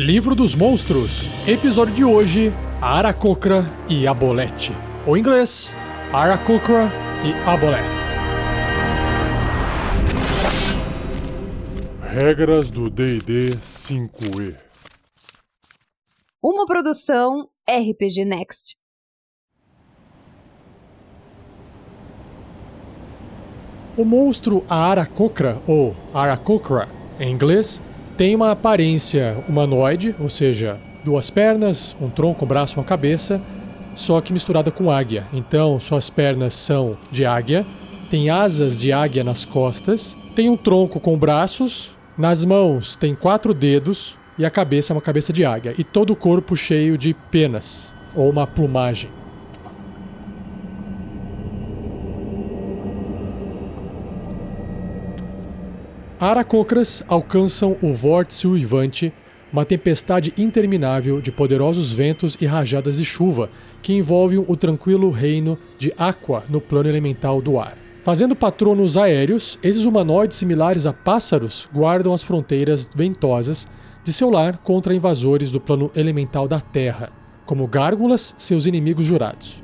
Livro dos Monstros. Episódio de hoje, Aarakocra e Aboleth. Ou em inglês, Aarakocra e Aboleth. Regras do D&D 5e. Uma produção RPG Next. O monstro Aarakocra, ou Aarakocra em inglês, tem uma aparência humanoide, ou seja, duas pernas, um tronco, um braço, uma cabeça, só que misturada com águia. Então, suas pernas são de águia, tem asas de águia nas costas, tem um tronco com braços, nas mãos tem 4 dedos e a cabeça é uma cabeça de águia, e todo o corpo cheio de penas, ou uma plumagem. Aarakocras alcançam o vórtice uivante, uma tempestade interminável de poderosos ventos e rajadas de chuva que envolvem o tranquilo reino de Aqua no plano elemental do ar. Fazendo patronos aéreos, esses humanoides similares a pássaros guardam as fronteiras ventosas de seu lar contra invasores do plano elemental da Terra, como gárgulas, seus inimigos jurados.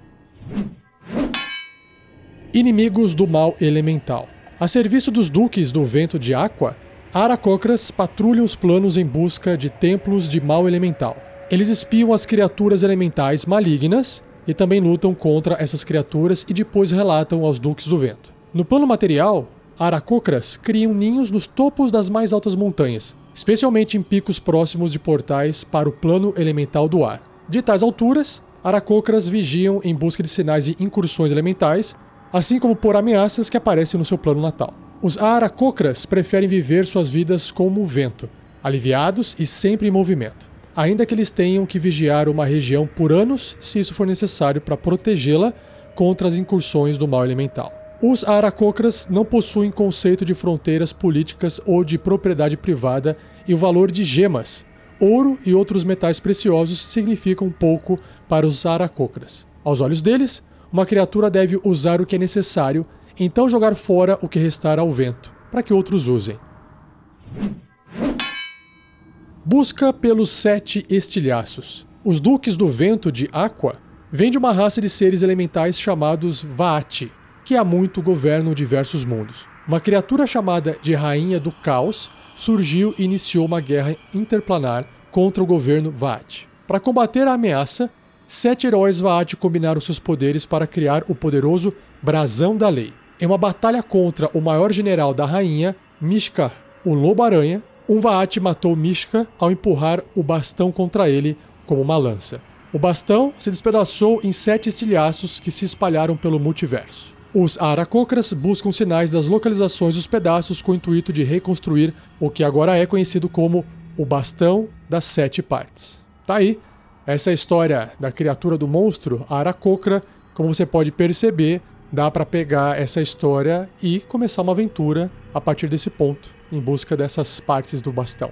Inimigos do mal elemental. A serviço dos duques do vento de Aqua, Aarakocras patrulham os planos em busca de templos de mal elemental. Eles espiam as criaturas elementais malignas e também lutam contra essas criaturas e depois relatam aos duques do vento. No plano material, Aarakocras criam ninhos nos topos das mais altas montanhas, especialmente em picos próximos de portais para o plano elemental do ar. De tais alturas, Aarakocras vigiam em busca de sinais de incursões elementais, assim como por ameaças que aparecem no seu plano natal. Os Aarakocras preferem viver suas vidas como o vento, aliviados e sempre em movimento, ainda que eles tenham que vigiar uma região por anos se isso for necessário para protegê-la contra as incursões do mal elemental. Os Aarakocras não possuem conceito de fronteiras políticas ou de propriedade privada, e o valor de gemas, ouro e outros metais preciosos significam pouco para os Aarakocras. Aos olhos deles, uma criatura deve usar o que é necessário, então jogar fora o que restar ao vento, para que outros usem. Busca pelos 7 estilhaços. Os duques do vento de Aqua vêm de uma raça de seres elementais chamados Vaati, que há muito governam diversos mundos. Uma criatura chamada de Rainha do Caos surgiu e iniciou uma guerra interplanar contra o governo Vaati. Para combater a ameaça, 7 heróis Vaati combinaram seus poderes para criar o poderoso Brasão da Lei. Em uma batalha contra o maior general da rainha, Mishka, o Lobo-Aranha, um Vaati matou Mishka ao empurrar o bastão contra ele como uma lança. O bastão se despedaçou em 7 estilhaços que se espalharam pelo multiverso. Os Aarakocras buscam sinais das localizações dos pedaços com o intuito de reconstruir o que agora é conhecido como o Bastão das 7 Partes. Tá aí. Essa é a história da criatura do monstro, Aarakocra. Como você pode perceber, dá para pegar essa história e começar uma aventura a partir desse ponto, em busca dessas partes do bastão.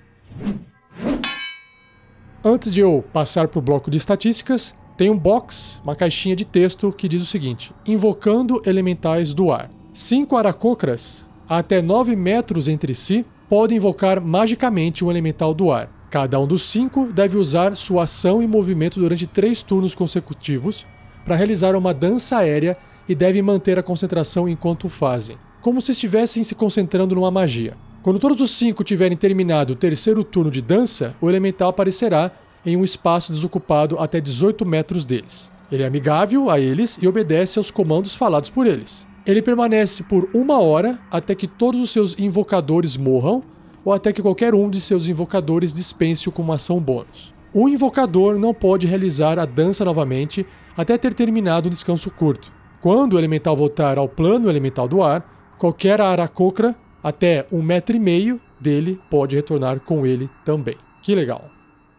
Antes de eu passar para o bloco de estatísticas, tem um box, uma caixinha de texto que diz o seguinte: invocando elementais do ar. 5 Aarakocras, a até 9 metros entre si, podem invocar magicamente um elemental do ar. Cada um dos 5 deve usar sua ação e movimento durante 3 turnos consecutivos para realizar uma dança aérea e devem manter a concentração enquanto o fazem, como se estivessem se concentrando numa magia. Quando todos os 5 tiverem terminado o 3º turno de dança, o elemental aparecerá em um espaço desocupado até 18 metros deles. Ele é amigável a eles e obedece aos comandos falados por eles. Ele permanece por 1 hora até que todos os seus invocadores morram, ou até que qualquer um de seus invocadores dispense-o com uma ação bônus. O invocador não pode realizar a dança novamente até ter terminado um descanso curto. Quando o elemental voltar ao plano elemental do ar, qualquer Aarakocra até 1,5 metro dele pode retornar com ele também. Que legal!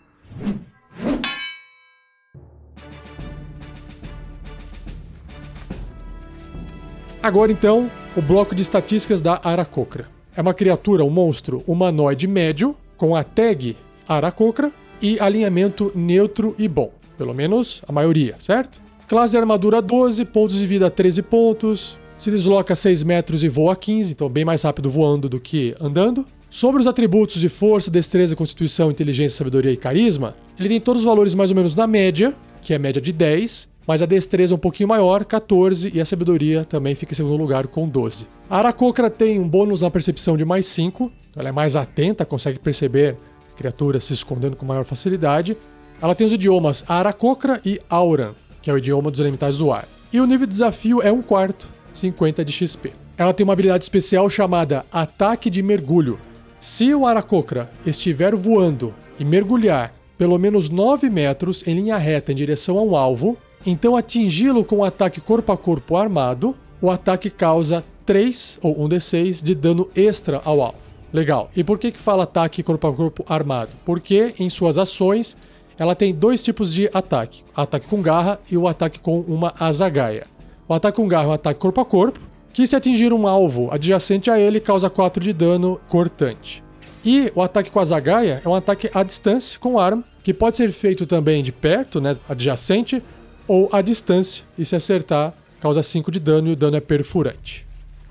Agora então, o bloco de estatísticas da Aarakocra. É uma criatura, um monstro humanoide médio, com a tag Aarakocra e alinhamento neutro e bom. Pelo menos a maioria, certo? Classe de armadura 12, pontos de vida 13 pontos, se desloca 6 metros e voa 15, então bem mais rápido voando do que andando. Sobre os atributos de força, destreza, constituição, inteligência, sabedoria e carisma, ele tem todos os valores mais ou menos na média, que é a média de 10, mas a destreza é um pouquinho maior, 14, e a sabedoria também fica em segundo lugar com 12. A Aarakocra tem um bônus na percepção de mais 5, então ela é mais atenta, consegue perceber criaturas se escondendo com maior facilidade. Ela tem os idiomas Aarakocra e Auran, que é o idioma dos elementais do ar. E o nível de desafio é 1/4, 50 de XP. Ela tem uma habilidade especial chamada Ataque de Mergulho. Se o Aarakocra estiver voando e mergulhar pelo menos 9 metros em linha reta em direção a um alvo, então atingi-lo com um ataque corpo a corpo armado, o ataque causa 3 ou 1d6 de dano extra ao alvo. Legal. E por que fala ataque corpo a corpo armado? Porque em suas ações ela tem 2 tipos de ataque. Ataque com garra e o ataque com uma azagaia. O ataque com garra é um ataque corpo a corpo, que se atingir um alvo adjacente a ele causa 4 de dano cortante. E o ataque com a azagaia é um ataque à distância com arma, que pode ser feito também de perto, né, adjacente, ou à distância, e se acertar, causa 5 de dano e o dano é perfurante.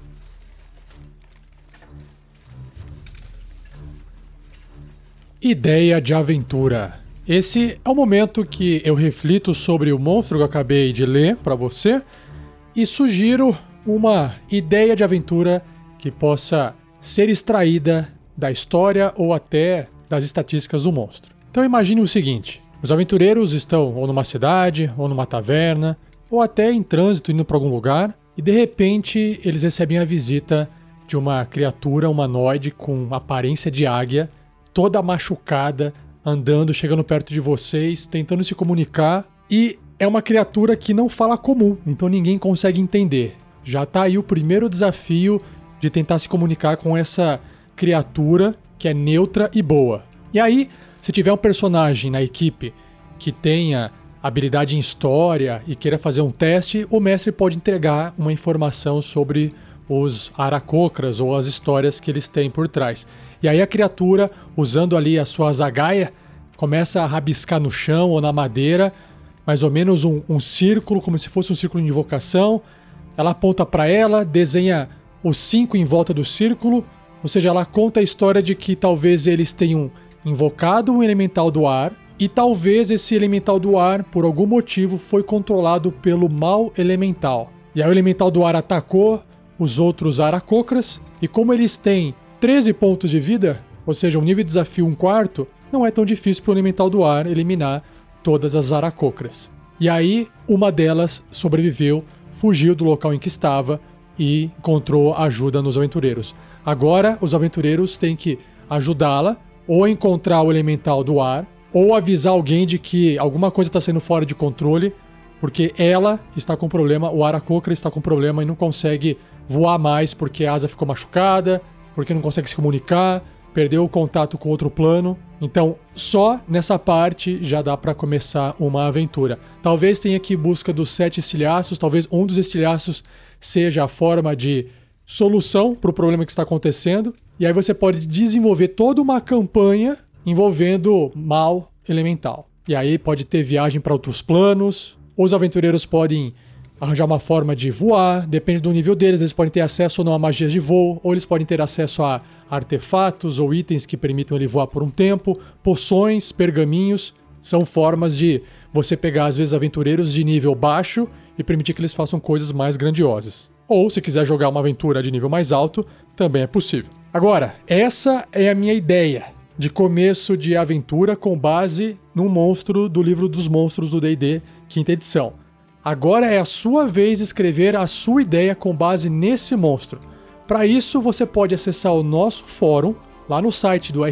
Ideia de aventura. Esse é o momento que eu reflito sobre o monstro que eu acabei de ler para você e sugiro uma ideia de aventura que possa ser extraída da história ou até das estatísticas do monstro. Então imagine o seguinte: os aventureiros estão ou numa cidade, ou numa taverna, ou até em trânsito indo para algum lugar, e de repente eles recebem a visita de uma criatura humanoide com aparência de águia, toda machucada, andando, chegando perto de vocês, tentando se comunicar, e é uma criatura que não fala comum, então ninguém consegue entender. Já tá aí o primeiro desafio de tentar se comunicar com essa criatura que é neutra e boa. E aí, se tiver um personagem na equipe que tenha habilidade em história e queira fazer um teste, o mestre pode entregar uma informação sobre os Aarakocras ou as histórias que eles têm por trás. E aí a criatura, usando ali a sua azagaia, começa a rabiscar no chão ou na madeira, mais ou menos um círculo, como se fosse um círculo de invocação. Ela aponta para ela, desenha os 5 em volta do círculo, ou seja, ela conta a história de que talvez eles tenham invocado um elemental do ar, e talvez esse elemental do ar, por algum motivo, foi controlado pelo mal elemental. E aí o elemental do ar atacou os outros Aarakocras, e como eles têm 13 pontos de vida, ou seja, um nível de desafio 1/4, não é tão difícil para o elemental do ar eliminar todas as Aarakocras. E aí, uma delas sobreviveu, fugiu do local em que estava e encontrou ajuda nos aventureiros. Agora, os aventureiros têm que ajudá-la, ou encontrar o elemental do ar, ou avisar alguém de que alguma coisa está sendo fora de controle, porque ela está com problema, o Aarakocra está com problema e não consegue voar mais porque a asa ficou machucada, porque não consegue se comunicar, perdeu o contato com outro plano. Então, só nessa parte já dá para começar uma aventura. Talvez tenha aqui busca dos 7 estilhaços, talvez um dos estilhaços seja a forma de solução para o problema que está acontecendo. E aí você pode desenvolver toda uma campanha envolvendo mal elemental. E aí pode ter viagem para outros planos, os aventureiros podem arranjar uma forma de voar, depende do nível deles, eles podem ter acesso ou não a magias de voo, ou eles podem ter acesso a artefatos ou itens que permitam ele voar por um tempo, poções, pergaminhos, são formas de você pegar às vezes aventureiros de nível baixo e permitir que eles façam coisas mais grandiosas. Ou se quiser jogar uma aventura de nível mais alto, também é possível. Agora, essa é a minha ideia de começo de aventura com base num monstro do livro dos monstros do D&D, 5ª edição. Agora é a sua vez escrever a sua ideia com base nesse monstro. Para isso, você pode acessar o nosso fórum, lá no site do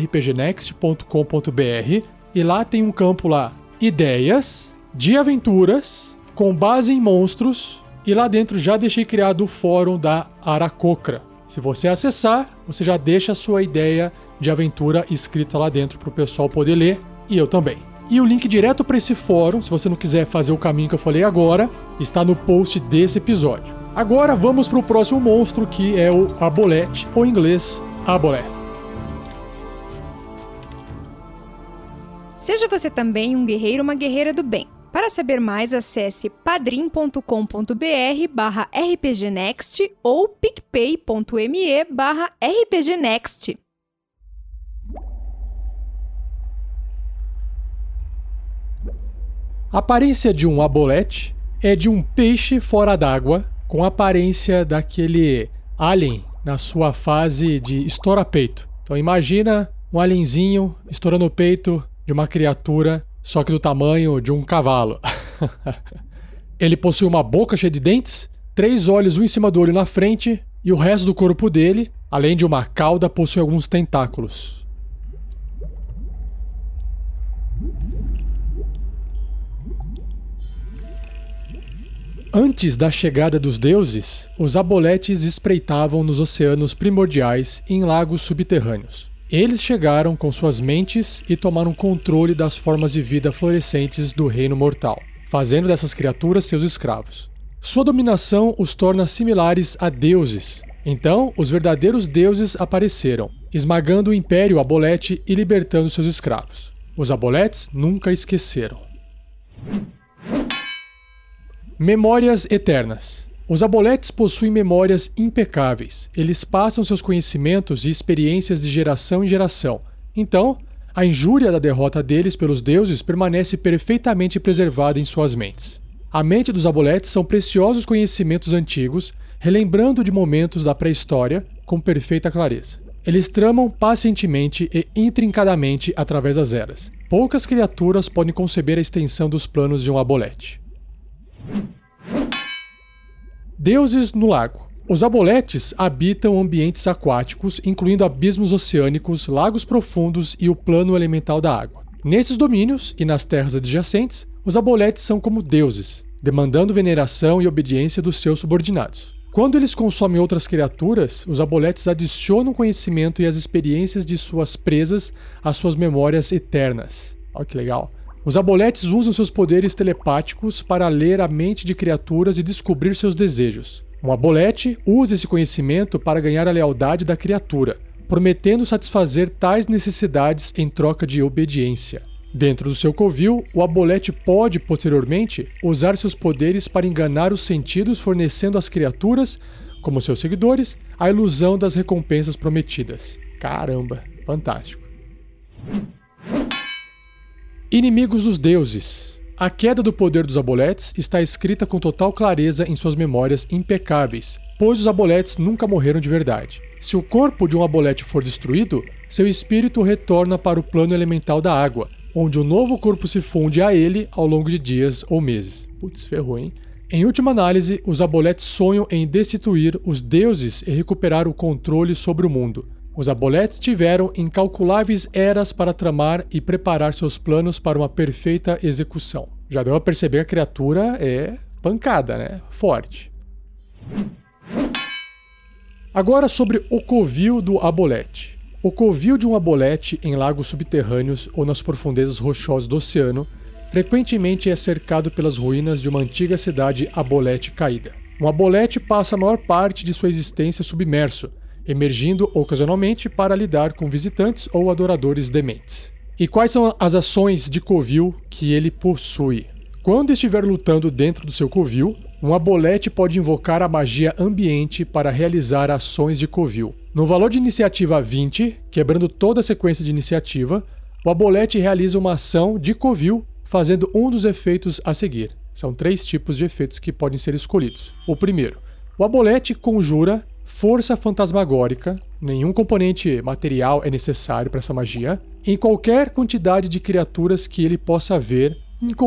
rpgnext.com.br, e lá tem um campo lá, ideias de aventuras com base em monstros, e lá dentro já deixei criado o fórum da Aarakocra. Se você acessar, você já deixa a sua ideia de aventura escrita lá dentro para o pessoal poder ler, e eu também. E o link direto para esse fórum, se você não quiser fazer o caminho que eu falei agora, está no post desse episódio. Agora vamos para o próximo monstro, que é o Aboleth, ou em inglês, Aboleth. Seja você também um guerreiro ou uma guerreira do bem. Para saber mais, acesse padrim.com.br/rpgnext ou picpay.me/rpgnext. A aparência de um abolete é de um peixe fora d'água com a aparência daquele alien na sua fase de estoura-peito. Então imagina um alienzinho estourando o peito de uma criatura, só que do tamanho de um cavalo. Ele possui uma boca cheia de dentes, 3 olhos um em cima do olho na frente, e o resto do corpo dele, além de uma cauda, possui alguns tentáculos. Antes da chegada dos deuses, os aboletes espreitavam nos oceanos primordiais e em lagos subterrâneos. Eles chegaram com suas mentes e tomaram controle das formas de vida florescentes do reino mortal, fazendo dessas criaturas seus escravos. Sua dominação os torna similares a deuses. Então, os verdadeiros deuses apareceram, esmagando o Império Abolete e libertando seus escravos. Os aboletes nunca esqueceram. Memórias eternas. Os aboletes possuem memórias impecáveis. Eles passam seus conhecimentos e experiências de geração em geração. Então, a injúria da derrota deles pelos deuses permanece perfeitamente preservada em suas mentes. A mente dos aboletes são preciosos conhecimentos antigos, relembrando de momentos da pré-história com perfeita clareza. Eles tramam pacientemente e intrincadamente através das eras. Poucas criaturas podem conceber a extensão dos planos de um abolete. Deuses no lago. Os aboletes habitam ambientes aquáticos, incluindo abismos oceânicos, lagos profundos e o plano elemental da água. Nesses domínios e nas terras adjacentes, os aboletes são como deuses, demandando veneração e obediência dos seus subordinados. Quando eles consomem outras criaturas, os aboletes adicionam o conhecimento e as experiências de suas presas às suas memórias eternas. Olha que legal. Os aboletes usam seus poderes telepáticos para ler a mente de criaturas e descobrir seus desejos. Um abolete usa esse conhecimento para ganhar a lealdade da criatura, prometendo satisfazer tais necessidades em troca de obediência. Dentro do seu covil, o abolete pode, posteriormente, usar seus poderes para enganar os sentidos, fornecendo às criaturas, como seus seguidores, a ilusão das recompensas prometidas. Caramba, fantástico. Inimigos dos deuses. A queda do poder dos aboletes está escrita com total clareza em suas memórias impecáveis, pois os aboletes nunca morreram de verdade. Se o corpo de um abolete for destruído, seu espírito retorna para o plano elemental da água, onde o novo corpo se funde a ele ao longo de dias ou meses. Putz, ferrou, hein? Em última análise, os aboletes sonham em destituir os deuses e recuperar o controle sobre o mundo. Os aboletes tiveram incalculáveis eras para tramar e preparar seus planos para uma perfeita execução. Já deu a perceber que a criatura é pancada, né? Forte. Agora sobre o covil do abolete. O covil de um abolete em lagos subterrâneos ou nas profundezas rochosas do oceano frequentemente é cercado pelas ruínas de uma antiga cidade abolete caída. Um abolete passa a maior parte de sua existência submerso, emergindo ocasionalmente para lidar com visitantes ou adoradores dementes. E quais são as ações de covil que ele possui? Quando estiver lutando dentro do seu covil, um abolete pode invocar a magia ambiente para realizar ações de covil. No valor de iniciativa 20, quebrando toda a sequência de iniciativa, o abolete realiza uma ação de covil fazendo um dos efeitos a seguir. São 3 tipos de efeitos que podem ser escolhidos. O primeiro, o abolete conjura força fantasmagórica, nenhum componente material é necessário para essa magia, em qualquer quantidade de criaturas que ele possa ver,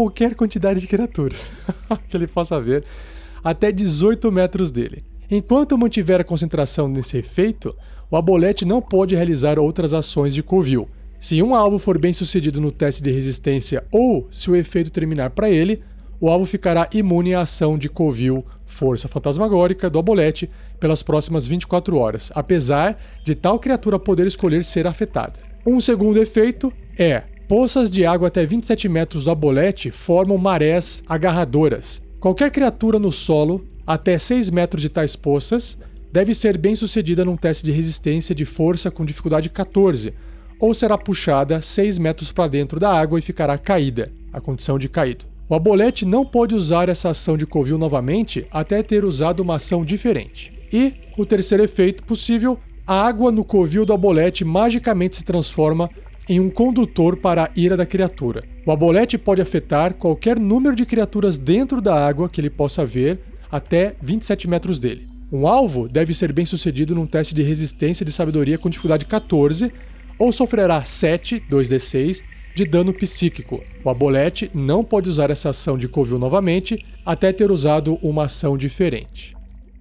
que ele possa ver, até 18 metros dele. Enquanto mantiver a concentração nesse efeito, o abolete não pode realizar outras ações de covil. Se um alvo for bem sucedido no teste de resistência ou se o efeito terminar para ele, o alvo ficará imune à ação de covil força fantasmagórica do abolete pelas próximas 24 horas, apesar de tal criatura poder escolher ser afetada. Um segundo efeito é: poças de água até 27 metros do abolete formam marés agarradoras. Qualquer criatura no solo, até 6 metros de tais poças, deve ser bem sucedida num teste de resistência de força com dificuldade 14, ou será puxada 6 metros para dentro da água e ficará caída, a condição de caído. O abolete não pode usar essa ação de covil novamente até ter usado uma ação diferente. E, o terceiro efeito possível, a água no covil do abolete magicamente se transforma em um condutor para a ira da criatura. O Abolete pode afetar qualquer número de criaturas dentro da água que ele possa ver até 27 metros dele. Um alvo deve ser bem sucedido num teste de resistência de sabedoria com dificuldade 14 ou sofrerá 7, 2d6, de dano psíquico. O Abolete não pode usar essa ação de Covil novamente até ter usado uma ação diferente.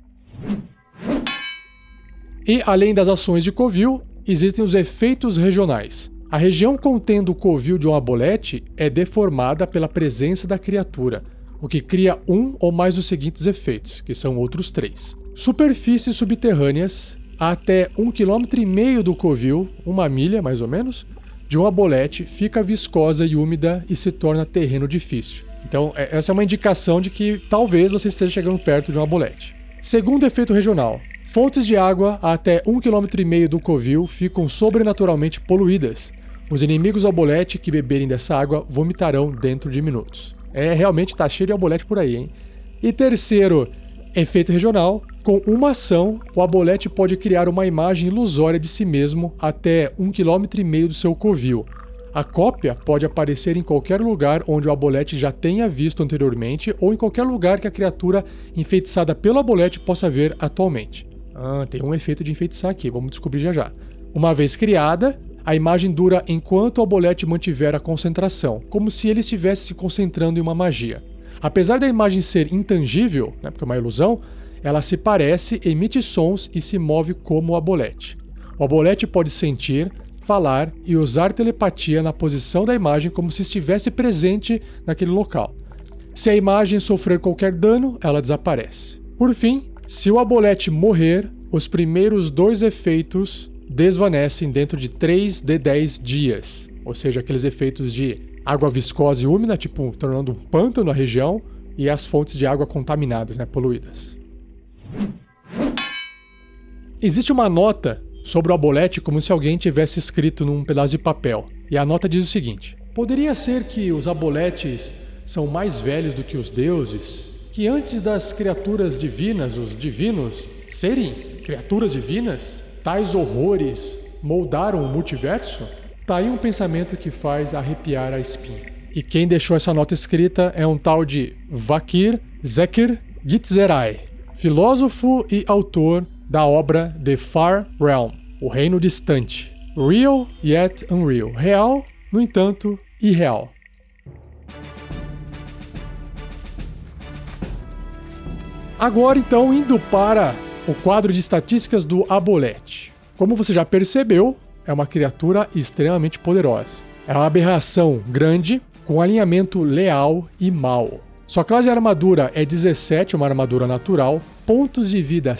E, além das ações de Covil, existem os efeitos regionais. A região contendo o Covil de um Abolete é deformada pela presença da criatura, o que cria um ou mais dos seguintes efeitos, que são outros 3. Superfícies subterrâneas a até 1,5 km do Covil, 1 milha mais ou menos, de um Abolete fica viscosa e úmida e se torna terreno difícil. Então, essa é uma indicação de que talvez você esteja chegando perto de um Abolete. Segundo efeito regional, fontes de água a até 1,5 km do Covil ficam sobrenaturalmente poluídas. Os inimigos Abolete que beberem dessa água vomitarão dentro de minutos. Realmente tá cheio de Abolete por aí, hein? E terceiro efeito regional, com uma ação, o Abolete pode criar uma imagem ilusória de si mesmo até 1,5 km do seu Covil. A cópia pode aparecer em qualquer lugar onde o Abolete já tenha visto anteriormente ou em qualquer lugar que a criatura enfeitiçada pelo Abolete possa ver atualmente. Tem um efeito de enfeitiçar aqui, vamos descobrir já já. Uma vez criada, a imagem dura enquanto o Abolete mantiver a concentração, como se ele estivesse se concentrando em uma magia. Apesar da imagem ser intangível, porque é uma ilusão, ela se parece, emite sons e se move como o Abolete. O Abolete pode sentir, falar e usar telepatia na posição da imagem como se estivesse presente naquele local. Se a imagem sofrer qualquer dano, ela desaparece. Por fim, se o Abolete morrer, os primeiros 2 efeitos desvanecem dentro de 3d10 dias, ou seja, aqueles efeitos de água viscosa e úmida, tipo tornando um pântano a região, e as fontes de água contaminadas, poluídas. Existe uma nota sobre o Abolete como se alguém tivesse escrito num pedaço de papel, e a nota diz o seguinte: poderia ser que os Aboletes são mais velhos do que os deuses, que antes das criaturas divinas, os divinos, serem criaturas divinas, tais horrores moldaram o multiverso? Tá aí um pensamento que faz arrepiar a espinha. E quem deixou essa nota escrita é um tal de Vakir Zekir Gitzerai, filósofo e autor da obra The Far Realm, o Reino Distante. Real yet unreal. Real, no entanto, irreal. Agora, então, indo para o quadro de estatísticas do Abolete. Como você já percebeu, é uma criatura extremamente poderosa. É uma aberração grande, com alinhamento leal e mau. Sua classe de armadura é 17, uma armadura natural. Pontos de vida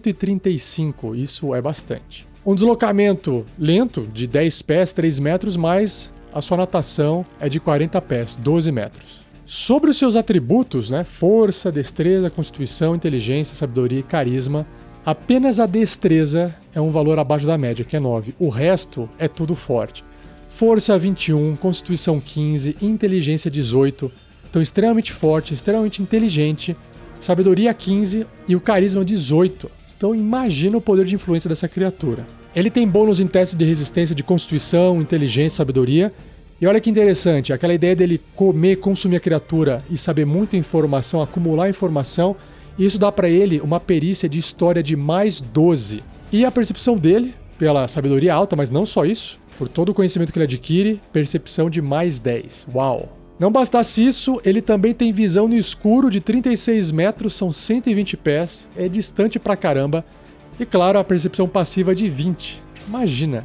135, isso é bastante. Um deslocamento lento, de 10 pés, 3 metros, mas a sua natação é de 40 pés, 12 metros. Sobre os seus atributos, força, destreza, constituição, inteligência, sabedoria e carisma, apenas a destreza é um valor abaixo da média, que é 9. O resto é tudo forte. Força 21, constituição 15, inteligência 18. Então extremamente forte, extremamente inteligente. Sabedoria 15 e o carisma 18. Então imagina o poder de influência dessa criatura. Ele tem bônus em testes de resistência de constituição, inteligência, sabedoria. E olha que interessante, aquela ideia dele consumir a criatura e saber muita informação, acumular informação, isso dá para ele uma perícia de história de mais 12. E a percepção dele, pela sabedoria alta, mas não só isso, por todo o conhecimento que ele adquire, percepção de mais 10. Uau! Não bastasse isso, ele também tem visão no escuro de 36 metros, são 120 pés, é distante pra caramba. E claro, a percepção passiva de 20. Imagina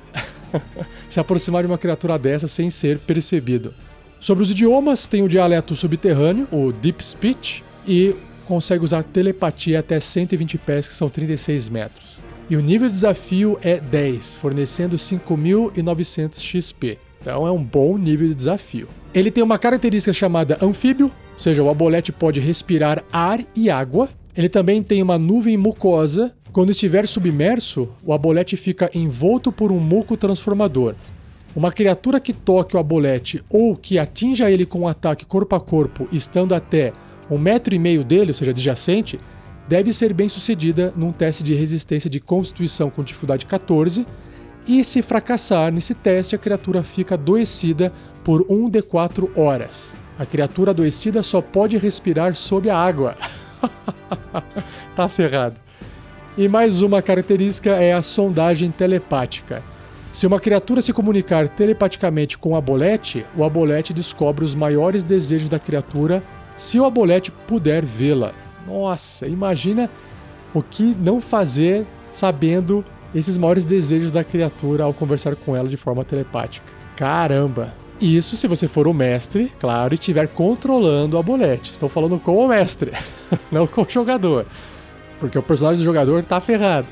se aproximar de uma criatura dessa sem ser percebido. Sobre os idiomas, tem o dialeto subterrâneo, o Deep Speech, e consegue usar telepatia até 120 pés, que são 36 metros. E o nível de desafio é 10, fornecendo 5.900 XP. Então é um bom nível de desafio. Ele tem uma característica chamada anfíbio, ou seja, o Abolete pode respirar ar e água. Ele também tem uma nuvem mucosa. Quando estiver submerso, o Abolete fica envolto por um muco transformador. Uma criatura que toque o Abolete ou que atinja ele com um ataque corpo a corpo, estando até 1,5 metro dele, ou seja, adjacente, deve ser bem sucedida num teste de resistência de constituição com dificuldade 14 E se fracassar nesse teste, a criatura fica adoecida por 1d4 horas. A criatura adoecida só pode respirar sob a água. Tá ferrado. E mais uma característica é a sondagem telepática. Se uma criatura se comunicar telepaticamente com o Abolete descobre os maiores desejos da criatura se o Abolete puder vê-la. Nossa, imagina o que não fazer sabendo esses maiores desejos da criatura ao conversar com ela de forma telepática. Caramba! Isso se você for o mestre, claro, e estiver controlando o Abolete. Estou falando com o mestre, não com o jogador. Porque o personagem do jogador tá ferrado.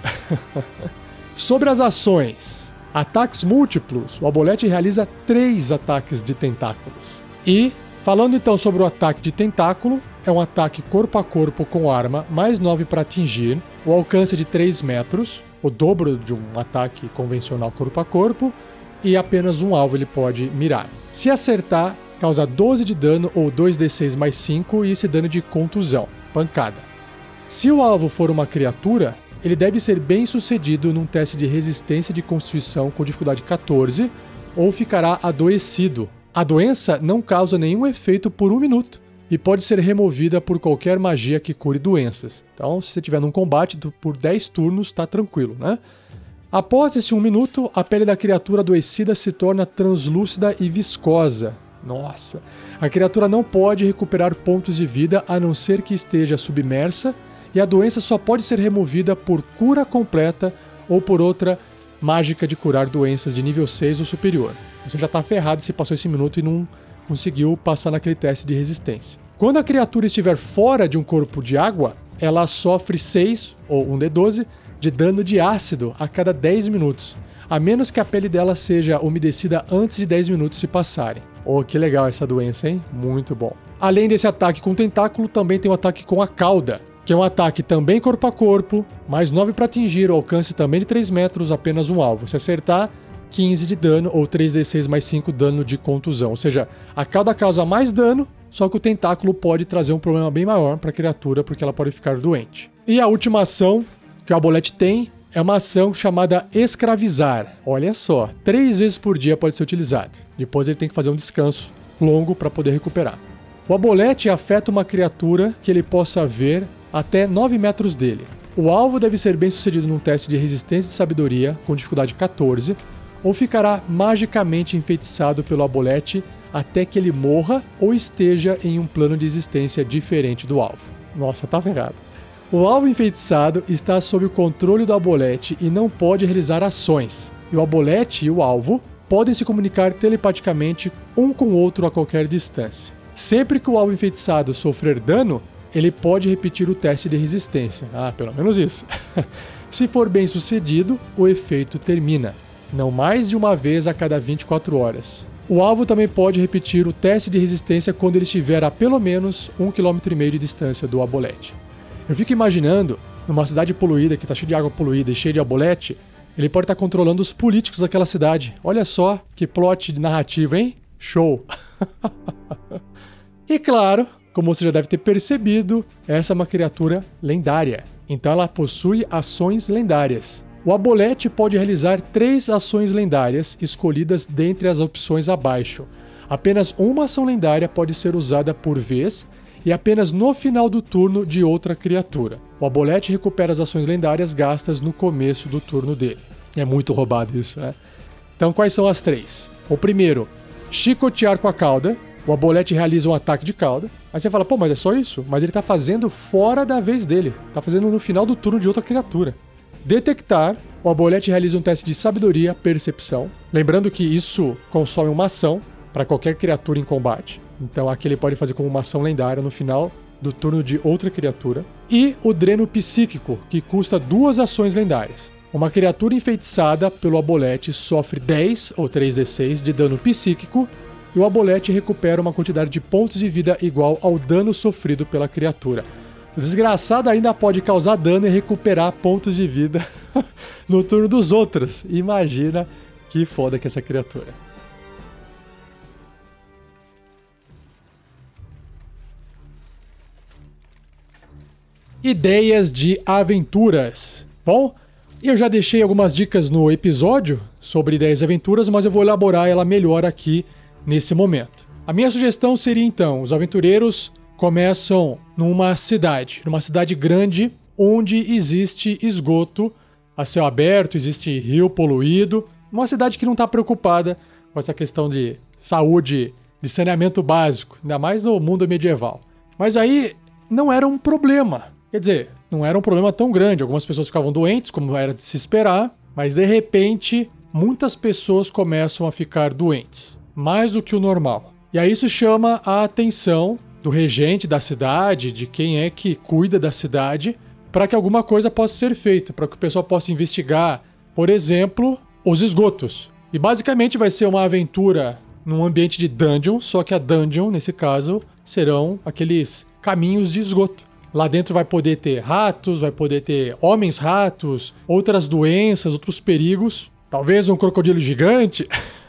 Sobre as ações. Ataques múltiplos. O Abolete realiza 3 ataques de tentáculos. E, falando então sobre o ataque de tentáculo, é um ataque corpo a corpo com arma, mais 9 para atingir, o alcance de 3 metros, o dobro de um ataque convencional corpo a corpo, e apenas um alvo ele pode mirar. Se acertar, causa 12 de dano ou 2d6 mais 5 e esse dano de contusão, pancada. Se o alvo for uma criatura, ele deve ser bem sucedido num teste de resistência de constituição com dificuldade 14 ou ficará adoecido. A doença não causa nenhum efeito por 1 minuto e pode ser removida por qualquer magia que cure doenças. Então, se você estiver num combate por 10 turnos, tá tranquilo, né? Após esse 1 minuto, a pele da criatura adoecida se torna translúcida e viscosa. Nossa! A criatura não pode recuperar pontos de vida a não ser que esteja submersa, e a doença só pode ser removida por cura completa ou por outra mágica de curar doenças de nível 6 ou superior. Você já está ferrado se passou esse minuto e não conseguiu passar naquele teste de resistência. Quando a criatura estiver fora de um corpo de água, ela sofre 6 ou 1d12 de dano de ácido a cada 10 minutos, a menos que a pele dela seja umedecida antes de 10 minutos se passarem. Oh, que legal essa doença, hein? Muito bom. Além desse ataque com tentáculo, também tem um ataque com a cauda, que é um ataque também corpo a corpo, mais 9 para atingir, o alcance também de 3 metros, apenas um alvo. Se acertar, 15 de dano ou 3d6 mais 5 dano de contusão. Ou seja, a cauda causa mais dano, só que o tentáculo pode trazer um problema bem maior para a criatura, porque ela pode ficar doente. E a última ação que o Abolete tem é uma ação chamada escravizar. Olha só, 3 vezes por dia pode ser utilizado. Depois ele tem que fazer um descanso longo para poder recuperar. O Abolete afeta uma criatura que ele possa ver até 9 metros dele. O alvo deve ser bem sucedido num teste de resistência e sabedoria com dificuldade 14, ou ficará magicamente enfeitiçado pelo Abolete até que ele morra ou esteja em um plano de existência diferente do alvo. Nossa, tá ferrado. O alvo enfeitiçado está sob o controle do Abolete e não pode realizar ações. E o Abolete e o alvo podem se comunicar telepaticamente um com o outro a qualquer distância. Sempre que o alvo enfeitiçado sofrer dano, ele pode repetir o teste de resistência. Ah, pelo menos isso. Se for bem sucedido, o efeito termina. Não mais de uma vez a cada 24 horas. O alvo também pode repetir o teste de resistência quando ele estiver a pelo menos 1,5 km de distância do Abolete. Eu fico imaginando, numa cidade poluída, que está cheia de água poluída e cheia de Abolete, ele pode estar controlando os políticos daquela cidade. Olha só que plot de narrativa, hein? Show! E claro, como você já deve ter percebido, essa é uma criatura lendária. Então ela possui ações lendárias. O Abolete pode realizar 3 ações lendárias escolhidas dentre as opções abaixo. Apenas uma ação lendária pode ser usada por vez e apenas no final do turno de outra criatura. O Abolete recupera as ações lendárias gastas no começo do turno dele. É muito roubado isso, né? Então quais são as 3? O primeiro, chicotear com a cauda. O Abolete realiza um ataque de cauda. Aí você fala, pô, mas é só isso? Mas ele tá fazendo fora da vez dele. Tá fazendo no final do turno de outra criatura. Detectar. O Abolete realiza um teste de sabedoria, percepção. Lembrando que isso consome uma ação para qualquer criatura em combate. Então aqui ele pode fazer como uma ação lendária no final do turno de outra criatura. E o dreno psíquico, que custa 2 ações lendárias. Uma criatura enfeitiçada pelo Abolete sofre 10 ou 3d6 de dano psíquico e o Abolete recupera uma quantidade de pontos de vida igual ao dano sofrido pela criatura. O desgraçado ainda pode causar dano e recuperar pontos de vida no turno dos outros. Imagina que foda que é essa criatura. Ideias de aventuras. Bom, Eu já deixei algumas dicas no episódio sobre 10 aventuras, mas eu vou elaborar ela melhor aqui nesse momento. A minha sugestão seria então, os aventureiros começam numa cidade grande onde existe esgoto a céu aberto, existe rio poluído, uma cidade que não está preocupada com essa questão de saúde, de saneamento básico, ainda mais no mundo medieval. Mas aí não era um problema, quer dizer, não era um problema tão grande, algumas pessoas ficavam doentes, como era de se esperar, mas de repente muitas pessoas começam a ficar doentes, mais do que o normal. E aí isso chama a atenção do regente da cidade, de quem é que cuida da cidade, para que alguma coisa possa ser feita, para que o pessoal possa investigar, por exemplo, os esgotos. E basicamente vai ser uma aventura num ambiente de dungeon, só que a dungeon, nesse caso, serão aqueles caminhos de esgoto. Lá dentro vai poder ter ratos, vai poder ter homens-ratos, outras doenças, outros perigos, talvez um crocodilo gigante.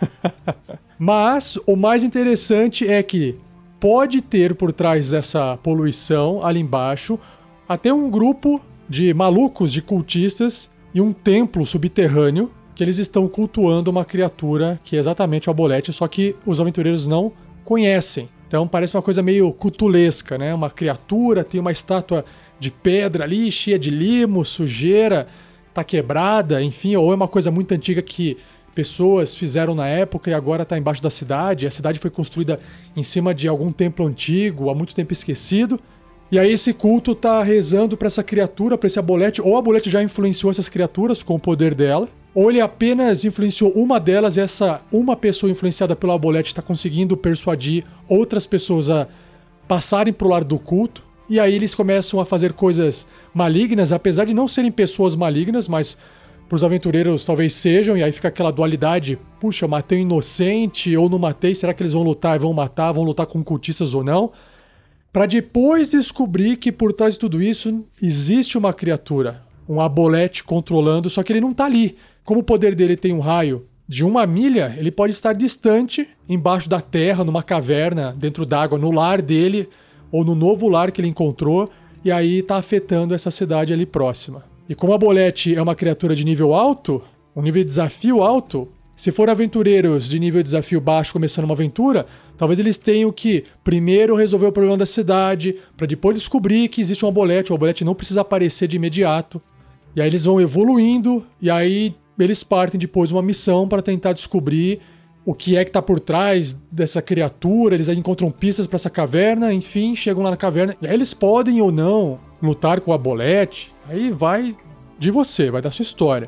Mas o mais interessante é que pode ter por trás dessa poluição, ali embaixo, até um grupo de malucos, de cultistas e um templo subterrâneo que eles estão cultuando uma criatura que é exatamente o Abolete, só que os aventureiros não conhecem. Então parece uma coisa meio cthulesca, né? Uma criatura, tem uma estátua de pedra ali, cheia de limo, sujeira, tá quebrada, enfim, ou é uma coisa muito antiga que pessoas fizeram na época e agora tá embaixo da cidade. A cidade foi construída em cima de algum templo antigo, há muito tempo esquecido. E aí esse culto tá rezando pra essa criatura, pra esse Abolete, ou o Abolete já influenciou essas criaturas com o poder dela, ou ele apenas influenciou uma delas e essa uma pessoa influenciada pelo Abolete está conseguindo persuadir outras pessoas a passarem pro lado do culto. E aí eles começam a fazer coisas malignas, apesar de não serem pessoas malignas, mas pros aventureiros talvez sejam, e aí fica aquela dualidade, puxa, eu matei um inocente ou não matei, será que eles vão lutar e vão matar, vão lutar com cultistas ou não? Para depois descobrir que por trás de tudo isso existe uma criatura, um Abolete controlando, só que ele não tá ali. Como o poder dele tem um raio de 1 milha, ele pode estar distante, embaixo da terra, numa caverna, dentro d'água, no lar dele, ou no novo lar que ele encontrou, e aí tá afetando essa cidade ali próxima. E como a Abolete é uma criatura de nível alto, um nível de desafio alto, se for aventureiros de nível de desafio baixo começando uma aventura, talvez eles tenham que primeiro resolver o problema da cidade, para depois descobrir que existe um Abolete, o Abolete não precisa aparecer de imediato. E aí eles vão evoluindo, e aí eles partem depois uma missão para tentar descobrir o que é que tá por trás dessa criatura, eles aí encontram pistas para essa caverna, enfim, chegam lá na caverna, e aí eles podem ou não lutar com o Abolete, aí vai de você, vai da sua história.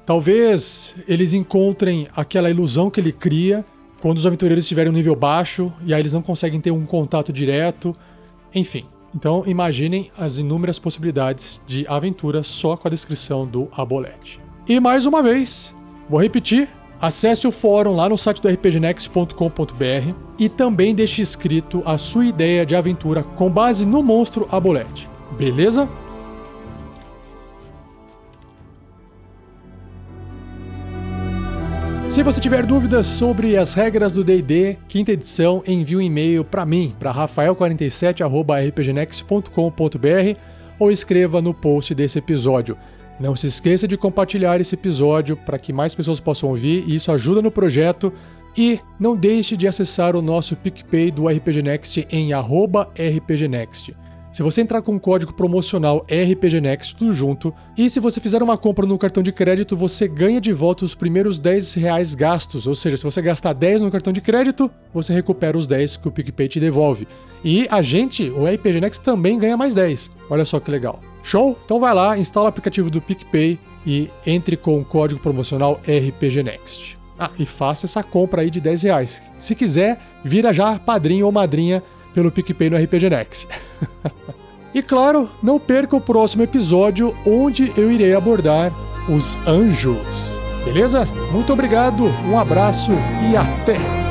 Talvez eles encontrem aquela ilusão que ele cria quando os aventureiros estiverem um nível baixo, e aí eles não conseguem ter um contato direto, enfim. Então imaginem as inúmeras possibilidades de aventura só com a descrição do Abolete. E mais uma vez, vou repetir, acesse o fórum lá no site do rpgnext.com.br e também deixe escrito a sua ideia de aventura com base no monstro Abolete. Beleza? Se você tiver dúvidas sobre as regras do D&D, quinta edição, envie um e-mail para mim, para rafael47@rpgnext.com.br ou escreva no post desse episódio. Não se esqueça de compartilhar esse episódio para que mais pessoas possam ouvir, e isso ajuda no projeto. E não deixe de acessar o nosso PicPay do RPG Next em @rpgnext. Se você entrar com o código promocional RPGNext, tudo junto, e se você fizer uma compra no cartão de crédito, você ganha de volta os primeiros R$10 gastos. Ou seja, se você gastar 10 no cartão de crédito, você recupera os 10 que o PicPay te devolve. E a gente, o RPG Next, também ganha mais 10. Olha só que legal. Show? Então vai lá, instala o aplicativo do PicPay e entre com o código promocional RPGNext. E faça essa compra aí de R$10. Se quiser, vira já padrinho ou madrinha pelo PicPay no RPG Next. E claro, não perca o próximo episódio, onde eu irei abordar os anjos. Beleza? Muito obrigado, um abraço e até!